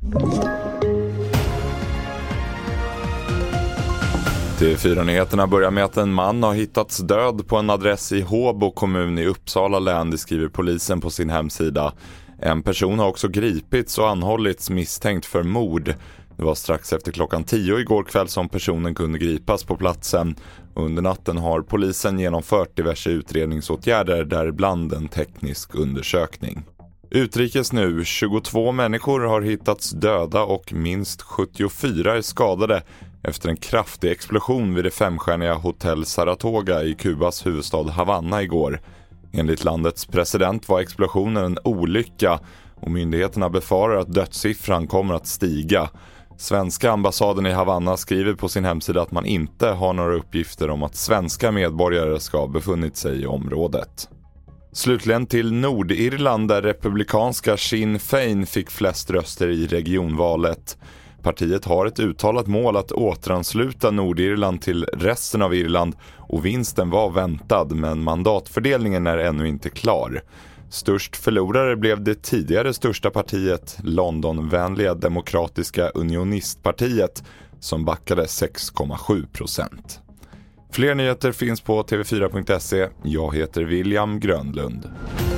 TV4-nyheterna börjar med att en man har hittats död på en adress i Håbo kommun i Uppsala län, det skriver polisen på sin hemsida. En person har också gripits och anhållits misstänkt för mord. Det var strax efter klockan 10 igår kväll som personen kunde gripas på platsen. Under natten har polisen genomfört diverse utredningsåtgärder, däribland en teknisk undersökning. Utrikes nu, 22 människor har hittats döda och minst 74 är skadade efter en kraftig explosion vid det 5-stjärniga hotell Saratoga i Kubas huvudstad Havanna igår. Enligt landets president var explosionen en olycka och myndigheterna befarar att dödssiffran kommer att stiga. Svenska ambassaden i Havanna skriver på sin hemsida att man inte har några uppgifter om att svenska medborgare ska ha befunnit sig i området. Slutligen till Nordirland där republikanska Sinn Féin fick flest röster i regionvalet. Partiet har ett uttalat mål att återansluta Nordirland till resten av Irland och vinsten var väntad, men mandatfördelningen är ännu inte klar. Störst förlorare blev det tidigare största partiet, Londonvänliga Demokratiska Unionistpartiet, som backade 6,7%. Fler nyheter finns på tv4.se. Jag heter William Grönlund.